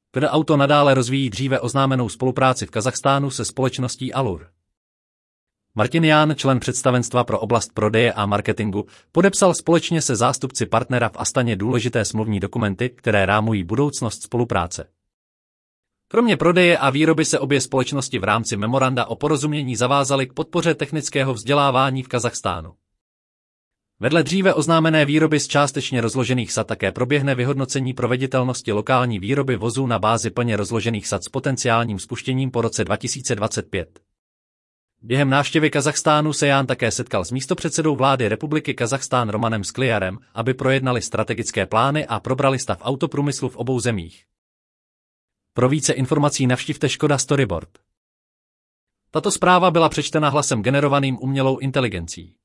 PDA Auto nadále rozvíjí dříve oznámenou spolupráci v Kazachstánu se společností Allur. Martin Ján, člen představenstva pro oblast prodeje a marketingu, podepsal společně se zástupci partnera v Astaně důležité smluvní dokumenty, které rámují budoucnost spolupráce. Kromě prodeje a výroby se obě společnosti v rámci memoranda o porozumění zavázaly k podpoře technického vzdělávání v Kazachstánu. Vedle dříve oznámené výroby z částečně rozložených sad také proběhne vyhodnocení proveditelnosti lokální výroby vozů na bázi plně rozložených sad s potenciálním spuštěním po roce 2025. Během návštěvy Kazachstánu se Ján také setkal s místopředsedou vlády Republiky Kazachstán Romanem Skliarem, aby projednali strategické plány a probrali stav autoprůmyslu v obou zemích. Pro více informací navštivte Škoda Storyboard. Tato zpráva byla přečtena hlasem generovaným umělou inteligencí.